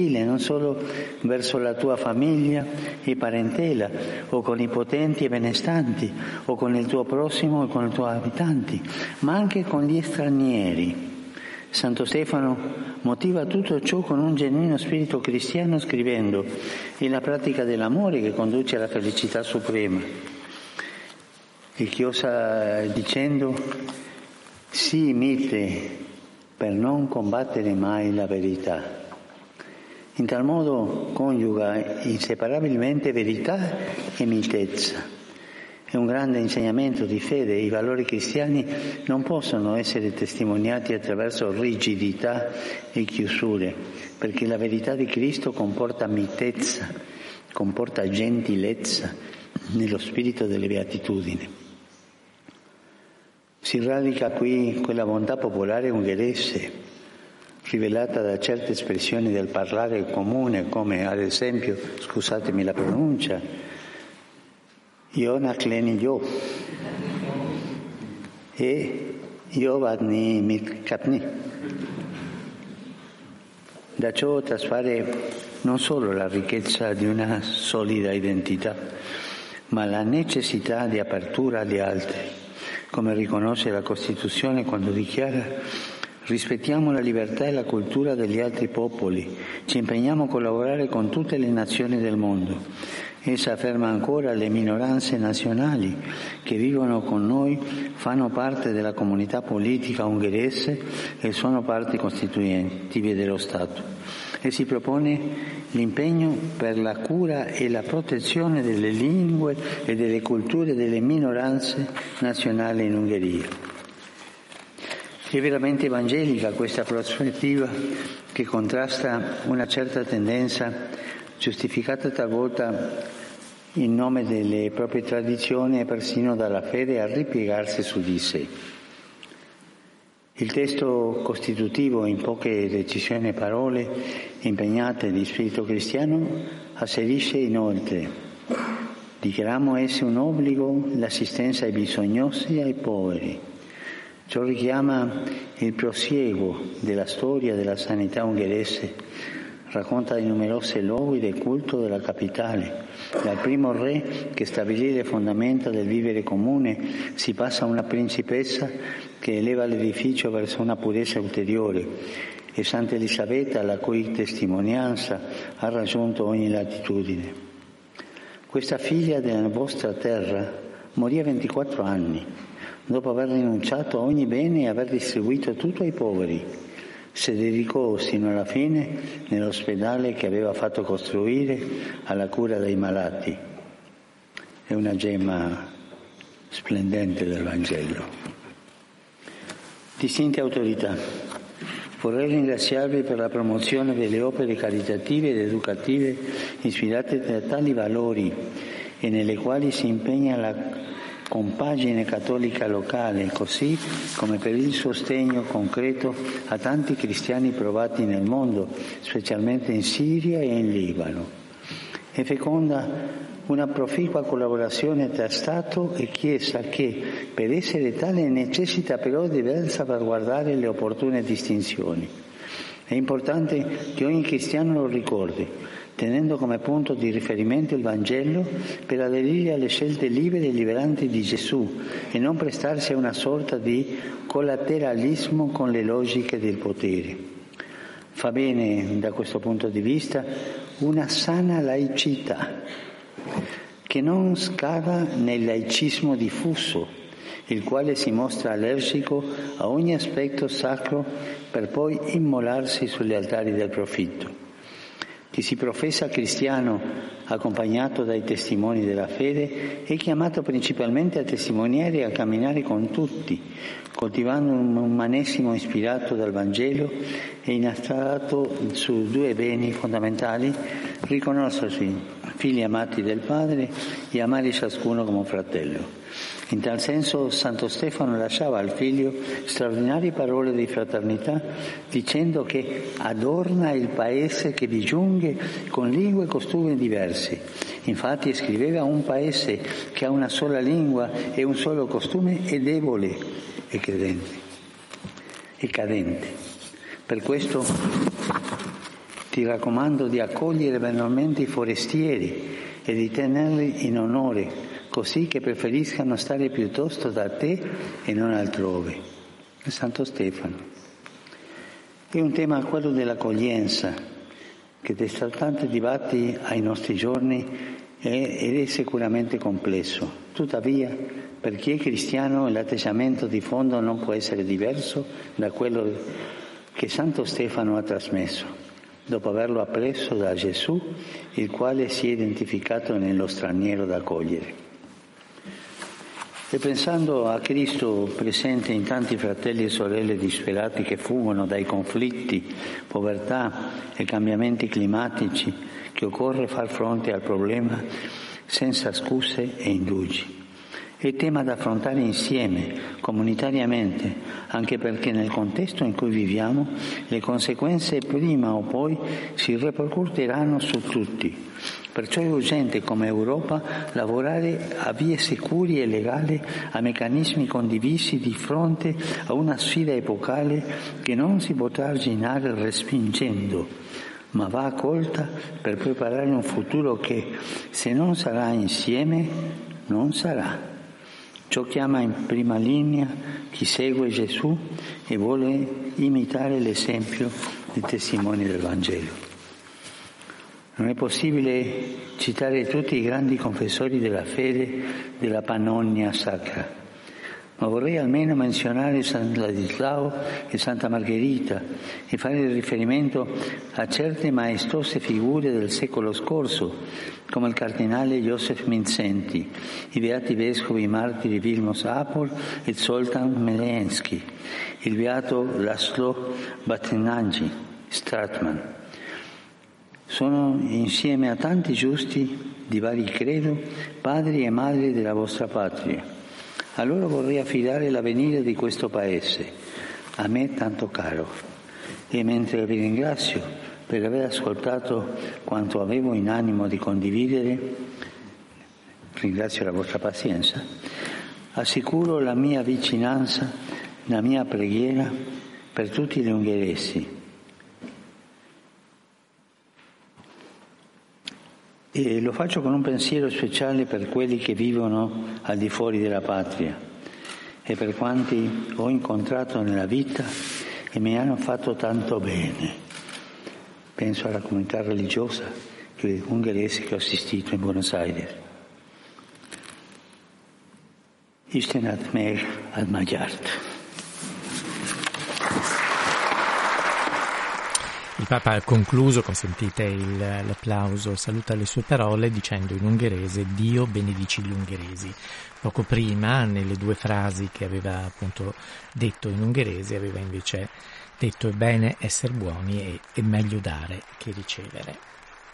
non solo verso la tua famiglia e parentela, o con i potenti e benestanti, o con il tuo prossimo e con i tuoi abitanti, ma anche con gli stranieri. Santo Stefano motiva tutto ciò con un genuino spirito cristiano scrivendo: è la pratica dell'amore che conduce alla felicità suprema. E chiosa dicendo: sii mite per non combattere mai la verità. In tal modo coniuga inseparabilmente verità e mitezza. È un grande insegnamento di fede. I valori cristiani non possono essere testimoniati attraverso rigidità e chiusure, perché la verità di Cristo comporta mitezza, comporta gentilezza nello spirito delle beatitudini. Si radica qui quella bontà popolare ungherese, rivelata da certe espressioni del parlare comune, come ad esempio, scusatemi la pronuncia, Iona kleni io e io vadni mitkapni. Da ciò trasfare non solo la ricchezza di una solida identità, ma la necessità di apertura agli altri, come riconosce la Costituzione quando dichiara: rispettiamo la libertà e la cultura degli altri popoli, ci impegniamo a collaborare con tutte le nazioni del mondo. Essa afferma ancora: le minoranze nazionali che vivono con noi fanno parte della comunità politica ungherese e sono parti costituenti dello Stato. E si propone l'impegno per la cura e la protezione delle lingue e delle culture delle minoranze nazionali in Ungheria. È veramente evangelica questa prospettiva che contrasta una certa tendenza, giustificata talvolta in nome delle proprie tradizioni e persino dalla fede, a ripiegarsi su di sé. Il testo costitutivo, in poche decisioni e parole impegnate di spirito cristiano, asserisce inoltre: dichiariamo esse un obbligo l'assistenza ai bisognosi e ai poveri. Ciò richiama il prosieguo della storia della sanità ungherese, racconta di numerose luoghi del culto della capitale. Dal primo re che stabilì le fondamenta del vivere comune si passa a una principessa che eleva l'edificio verso una purezza ulteriore, e Santa Elisabetta, la cui testimonianza ha raggiunto ogni latitudine. Questa figlia della vostra terra morì a 24 anni, dopo aver rinunciato a ogni bene e aver distribuito tutto ai poveri. Si dedicò sino alla fine nell'ospedale che aveva fatto costruire alla cura dei malati. È una gemma splendente del Vangelo. Distinte autorità, vorrei ringraziarvi per la promozione delle opere caritative ed educative ispirate da tali valori e nelle quali si impegna la compagine cattolica locale, così come per il sostegno concreto a tanti cristiani provati nel mondo, specialmente in Siria e in Libano. È feconda una proficua collaborazione tra Stato e Chiesa che, per essere tale, necessita però di ben salvaguardare le opportune distinzioni. È importante che ogni cristiano lo ricordi, tenendo come punto di riferimento il Vangelo per aderire alle scelte libere e liberanti di Gesù e non prestarsi a una sorta di collateralismo con le logiche del potere. Fa bene, da questo punto di vista, una sana laicità, che non scava nel laicismo diffuso, il quale si mostra allergico a ogni aspetto sacro per poi immolarsi sugli altari del profitto. Chi si professa cristiano, accompagnato dai testimoni della fede, è chiamato principalmente a testimoniare e a camminare con tutti, coltivando un umanesimo ispirato dal Vangelo e innastrato su due beni fondamentali: riconoscersi figli amati del Padre e amare ciascuno come fratello. In tal senso Santo Stefano lasciava al figlio straordinarie parole di fraternità, dicendo che adorna il paese che vi giunge con lingue e costumi diversi. Infatti scriveva: un paese che ha una sola lingua e un solo costume è debole e cadente. Per questo Ti raccomando di accogliere benevolmente i forestieri e di tenerli in onore, così che preferiscano stare piuttosto da te e non altrove. Santo Stefano. È un tema, quello dell'accoglienza, che desta tanti dibattiti ai nostri giorni ed è sicuramente complesso. Tuttavia, per chi è cristiano l'atteggiamento di fondo non può essere diverso da quello che Santo Stefano ha trasmesso, dopo averlo appreso da Gesù, il quale si è identificato nello straniero da accogliere. E pensando a Cristo presente in tanti fratelli e sorelle disperati che fuggono dai conflitti, povertà e cambiamenti climatici, che occorre far fronte al problema senza scuse e indugi. È tema da affrontare insieme, comunitariamente, anche perché nel contesto in cui viviamo le conseguenze prima o poi si ripercuoteranno su tutti. Perciò è urgente come Europa lavorare a vie sicure e legali, a meccanismi condivisi di fronte a una sfida epocale che non si potrà arginare respingendo, ma va accolta per preparare un futuro che, se non sarà insieme, non sarà. Ciò chiama in prima linea chi segue Gesù e vuole imitare l'esempio dei testimoni del Vangelo. Non è possibile citare tutti i grandi confessori della fede della Pannonia sacra, ma vorrei almeno menzionare San Ladislao e Santa Margherita e fare riferimento a certe maestose figure del secolo scorso, come il cardinale Joseph Mindszenty, i beati vescovi martiri Vilmos Apor e Zoltán Melensky, il beato László Batyányi Stratman. Sono, insieme a tanti giusti di vari credo, padri e madri della vostra patria. A loro vorrei affidare l'avvenire di questo Paese, a me tanto caro. E mentre vi ringrazio per aver ascoltato quanto avevo in animo di condividere, ringrazio la vostra pazienza, assicuro la mia vicinanza, la mia preghiera per tutti gli ungheresi. E lo faccio con un pensiero speciale per quelli che vivono al di fuori della patria e per quanti ho incontrato nella vita e mi hanno fatto tanto bene. Penso alla comunità religiosa ungherese che ho assistito in Buenos Aires. Istenat meg ad magyart. Il Papa ha concluso, consentite l'applauso, saluta le sue parole dicendo in ungherese Dio benedici gli ungheresi. Poco prima, nelle due frasi che aveva appunto detto in ungherese, aveva invece detto è bene essere buoni e è meglio dare che ricevere.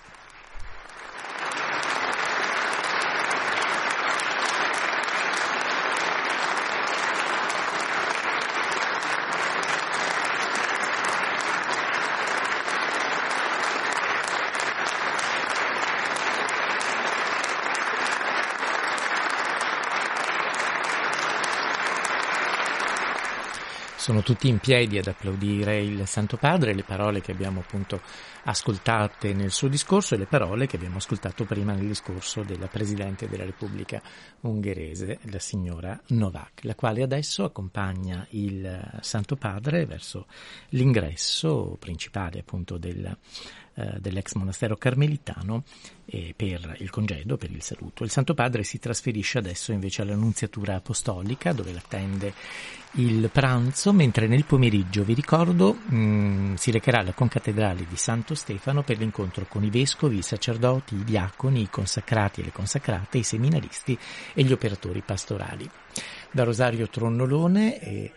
Sono tutti in piedi ad applaudire il Santo Padre, le parole che abbiamo appunto ascoltate nel suo discorso e le parole che abbiamo ascoltato prima nel discorso della Presidente della Repubblica ungherese, la signora Novák, la quale adesso accompagna il Santo Padre verso l'ingresso principale appunto dell'ex monastero carmelitano per il congedo, per il saluto. Il Santo Padre si trasferisce adesso invece alla Nunziatura Apostolica, dove l'attende il pranzo, mentre nel pomeriggio, vi ricordo, si recherà alla concattedrale di Santo Stefano per l'incontro con i vescovi, i sacerdoti, i diaconi, i consacrati e le consacrate, i seminaristi e gli operatori pastorali. Da Rosario Tronnolone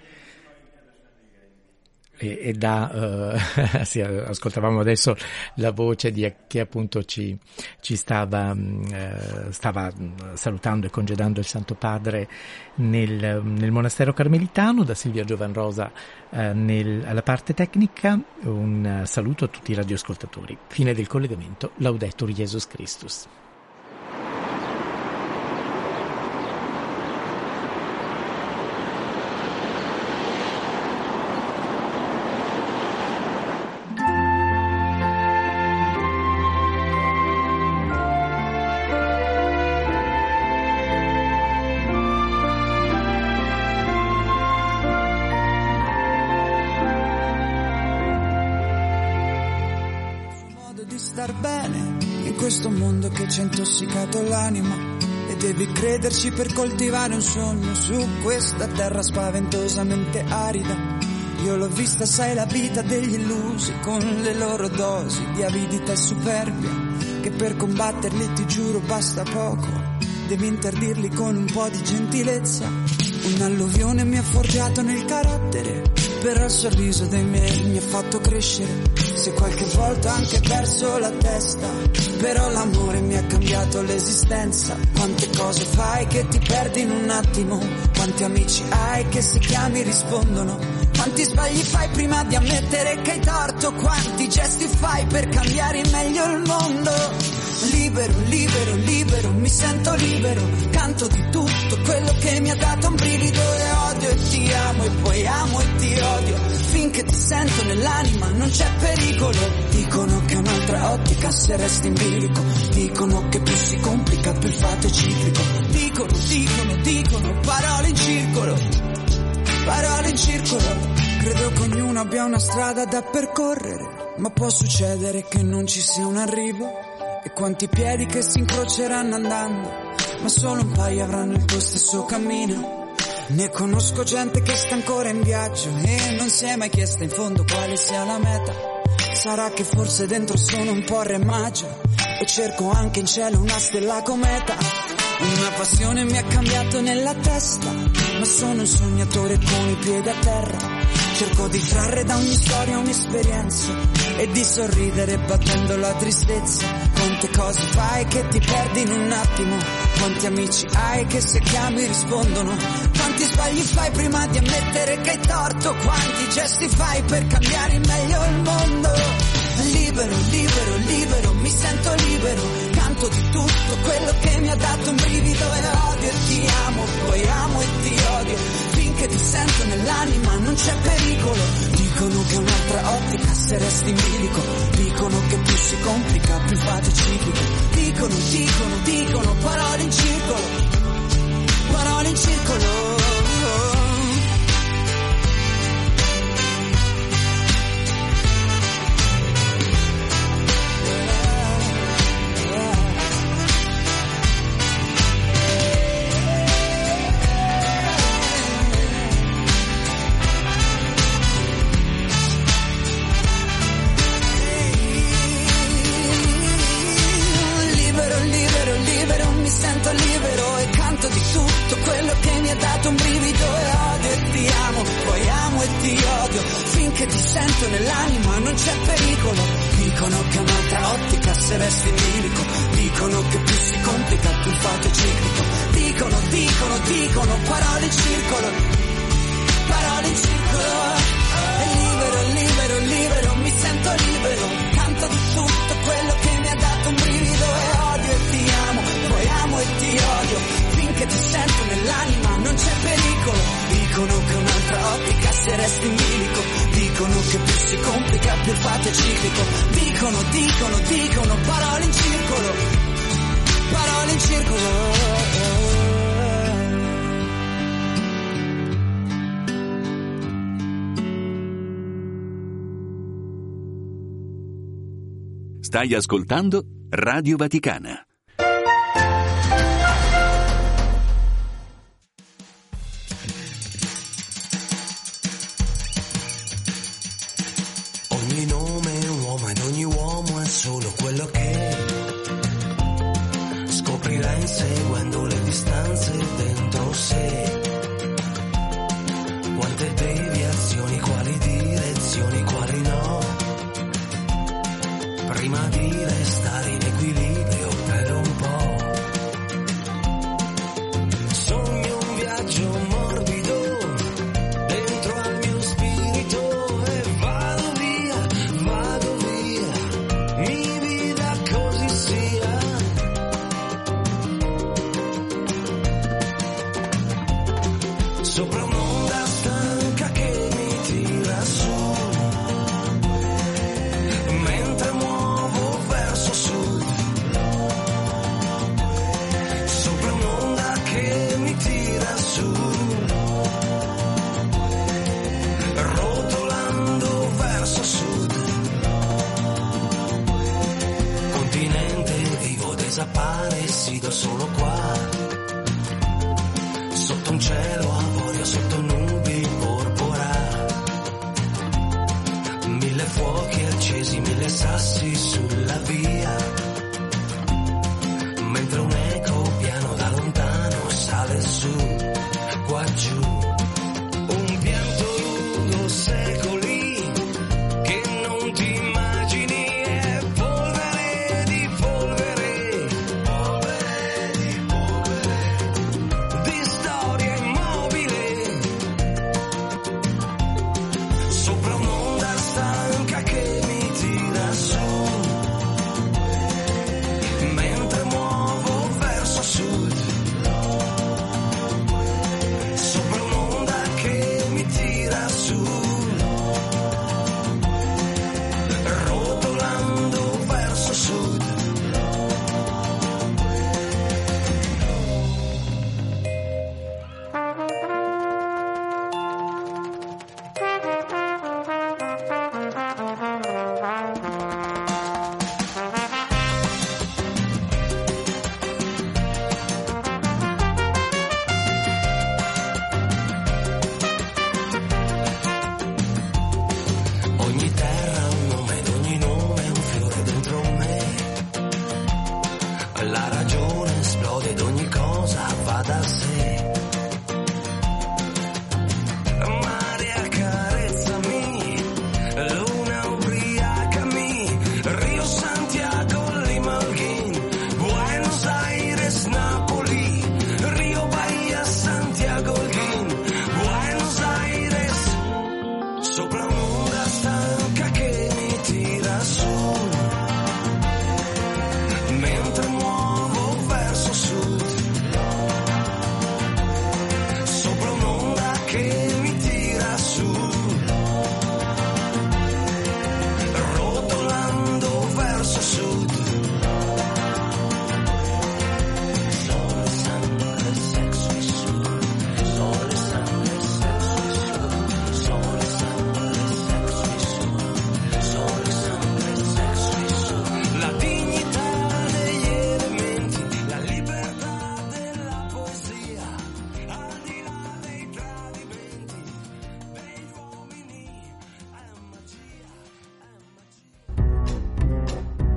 e sì, ascoltavamo adesso la voce di che appunto ci stava salutando e congedando il Santo Padre nel monastero carmelitano. Da Silvia Giovanrosa alla parte tecnica un saluto a tutti i radioascoltatori. Fine del collegamento. Laudetur Jesus Christus. modo di star bene in questo mondo che ci ha intossicato l'anima, e devi crederci per coltivare un sogno su questa terra spaventosamente arida. Io l'ho vista, sai, la vita degli illusi, con le loro dosi di avidità e superbia, che per combatterli, ti giuro, basta poco. Devi interdirli con un po' di gentilezza. Un'alluvione mi ha forgiato nel carattere, però il sorriso dei miei mi ha fatto crescere. Se qualche volta ho anche perso la testa, però l'amore mi ha cambiato l'esistenza. Quante cose fai che ti perdi in un attimo, quanti amici hai che se chiami rispondono, quanti sbagli fai prima di ammettere che hai torto, quanti gesti fai per cambiare in meglio il mondo. Libero, libero, libero, mi sento libero, canto di tutto quello che mi ha dato un brivido, e odio e ti amo e poi amo e ti odio, finché ti sento nell'anima non c'è pericolo. Dicono che è un'altra ottica se resti in bilico, dicono che più si complica più il fatto è ciclico, dicono, dicono, dicono, parole in circolo, parole in circolo. Credo che ognuno abbia una strada da percorrere, ma può succedere che non ci sia un arrivo. E quanti piedi che si incroceranno andando, ma solo un paio avranno il tuo stesso cammino. Ne conosco gente che sta ancora in viaggio e non si è mai chiesta in fondo quale sia la meta. Sarà che forse dentro sono un po' re maggio e cerco anche in cielo una stella cometa. Una passione mi ha cambiato nella testa, ma sono un sognatore con i piedi a terra. Cerco di trarre da ogni storia un'esperienza e di sorridere battendo la tristezza. Quante cose fai che ti perdi in un attimo, quanti amici hai che se chiami rispondono, quanti sbagli fai prima di ammettere che hai torto, quanti gesti fai per cambiare in meglio il mondo. Libero, libero, libero, mi sento libero, canto di tutto quello che mi ha dato un brivido, e odio e ti amo, poi amo e ti odio, finché ti sento nell'anima non c'è pericolo. Dicono che è un'altra ottica se resti in bilico, dicono che più si complica più il fatto è ciclico, dicono, dicono, dicono, parole in circolo, parole in circolo. Sento libero e canto di tutto quello che mi ha dato un brivido, e odio e ti amo, poi amo e ti odio, finché ti sento nell'anima non c'è pericolo. Dicono che è un'altra ottica se resti in bilico, dicono che più si complica più il fatto è ciclico, dicono, dicono, dicono, parole in circolo, parole in circolo. E libero, libero, libero, mi sento libero, canto di tutto quello che mi ha dato un brivido, e odio e ti amo, poi amo e ti odio, finché ti sento nell'anima non c'è pericolo. Dicono che un'altra ottica se resti in bilico, dicono che più si complica più il fatto è ciclico, dicono, dicono, dicono, parole in circolo, parole in circolo. Stai ascoltando Radio Vaticana. Ogni nome è un uomo ed ogni uomo è solo quello che scoprirà inseguendo le distanze dentro sé. Quante deviazioni, quali direzioni, quali no, prima di restare in equilibrio per un po'. Sogno un viaggio morbido dentro al mio spirito e vado via, mi vita così sia. Sopra un'onda stanca che mi tira su, mentre muovo verso sud, desaparecido solo qua, sotto un cielo avorio, sotto nubi porpora, 1000 fuochi accesi, 1000 sassi sulla via.